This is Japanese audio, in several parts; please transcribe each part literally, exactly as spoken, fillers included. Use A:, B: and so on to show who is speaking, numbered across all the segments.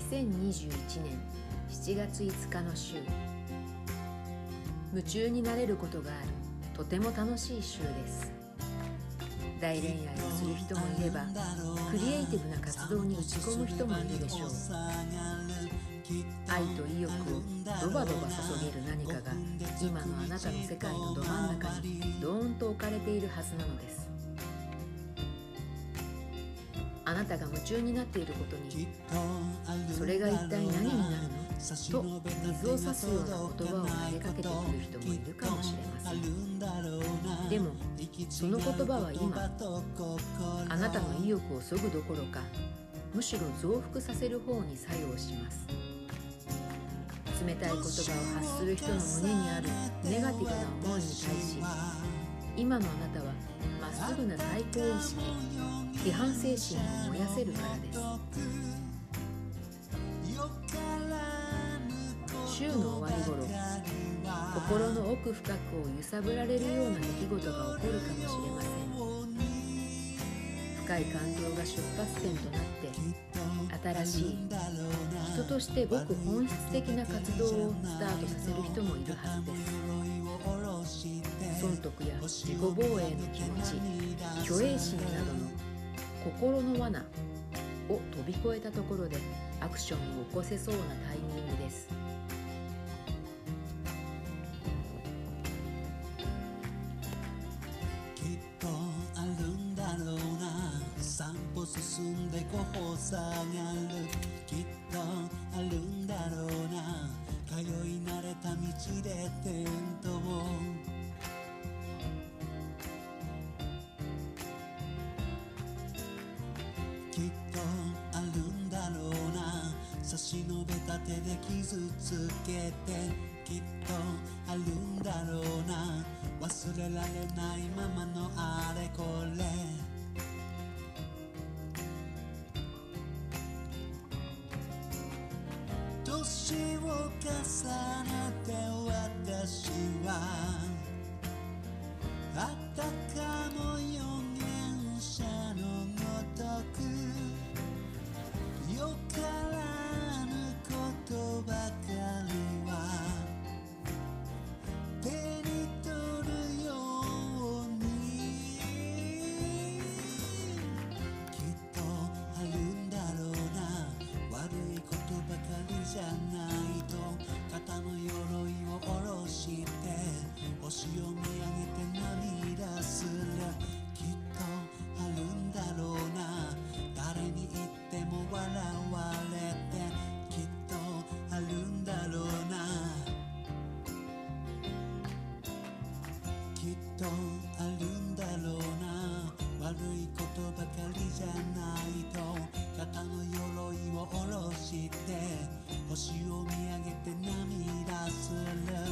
A: せんにじゅういちねんしちがついつかの週。夢中になれることがあるとても楽しい週です。大恋愛をする人もいれば、クリエイティブな活動に打ち込む人もいるでしょう。愛と意欲をドバドバ注げる何かが今のあなたの世界のど真ん中にドーンと置かれているはずなのです。あなたが夢中になっていることに、それが一体何になるのと水を差すような言葉を投げかけてくる人もいるかもしれません。でもその言葉は今、あなたの意欲をそぐどころか、むしろ増幅させる方に作用します。冷たい言葉を発する人の胸にあるネガティブな思いに対し、今のあなたはまっすぐな対抗意識、批判精神を燃やせるからです。週の終わり頃、心の奥深くを揺さぶられるような出来事が起こるかもしれません。深い感情が出発点となって、新しい人としてごく本質的な活動をスタートさせる人もいるはずです。損得や自己防衛の気持ち、虚栄心などの心の罠を飛び越えたところでアクションを起こせそうなタイミングです。
B: きっとあるんだろうな、散歩進んでご歩下がる。きっとあるんだろうな、通い慣れた道で転倒。きっとあるんだろうな、差し伸べた手で傷つけて。きっとあるんだろうな、忘れられないままのあれこれ。年を重ねて私はあたかも預言者のごとく、よからぬことばかりは手に取るように。きっとあるんだろうな、悪いことばかりじゃないと肩の鎧を下ろして星を見上げて涙する。きっとあるんだろうな、誰に言っても笑われて。きっとあるんだろうな、きっとあるんだろうな、悪いことばかりじゃないと肩の鎧を下ろして星を見上げて涙する。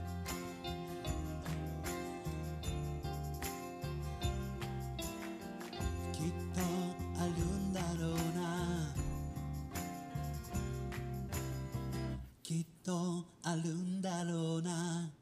B: きっとあるんだろうな、きっとあるんだろうな。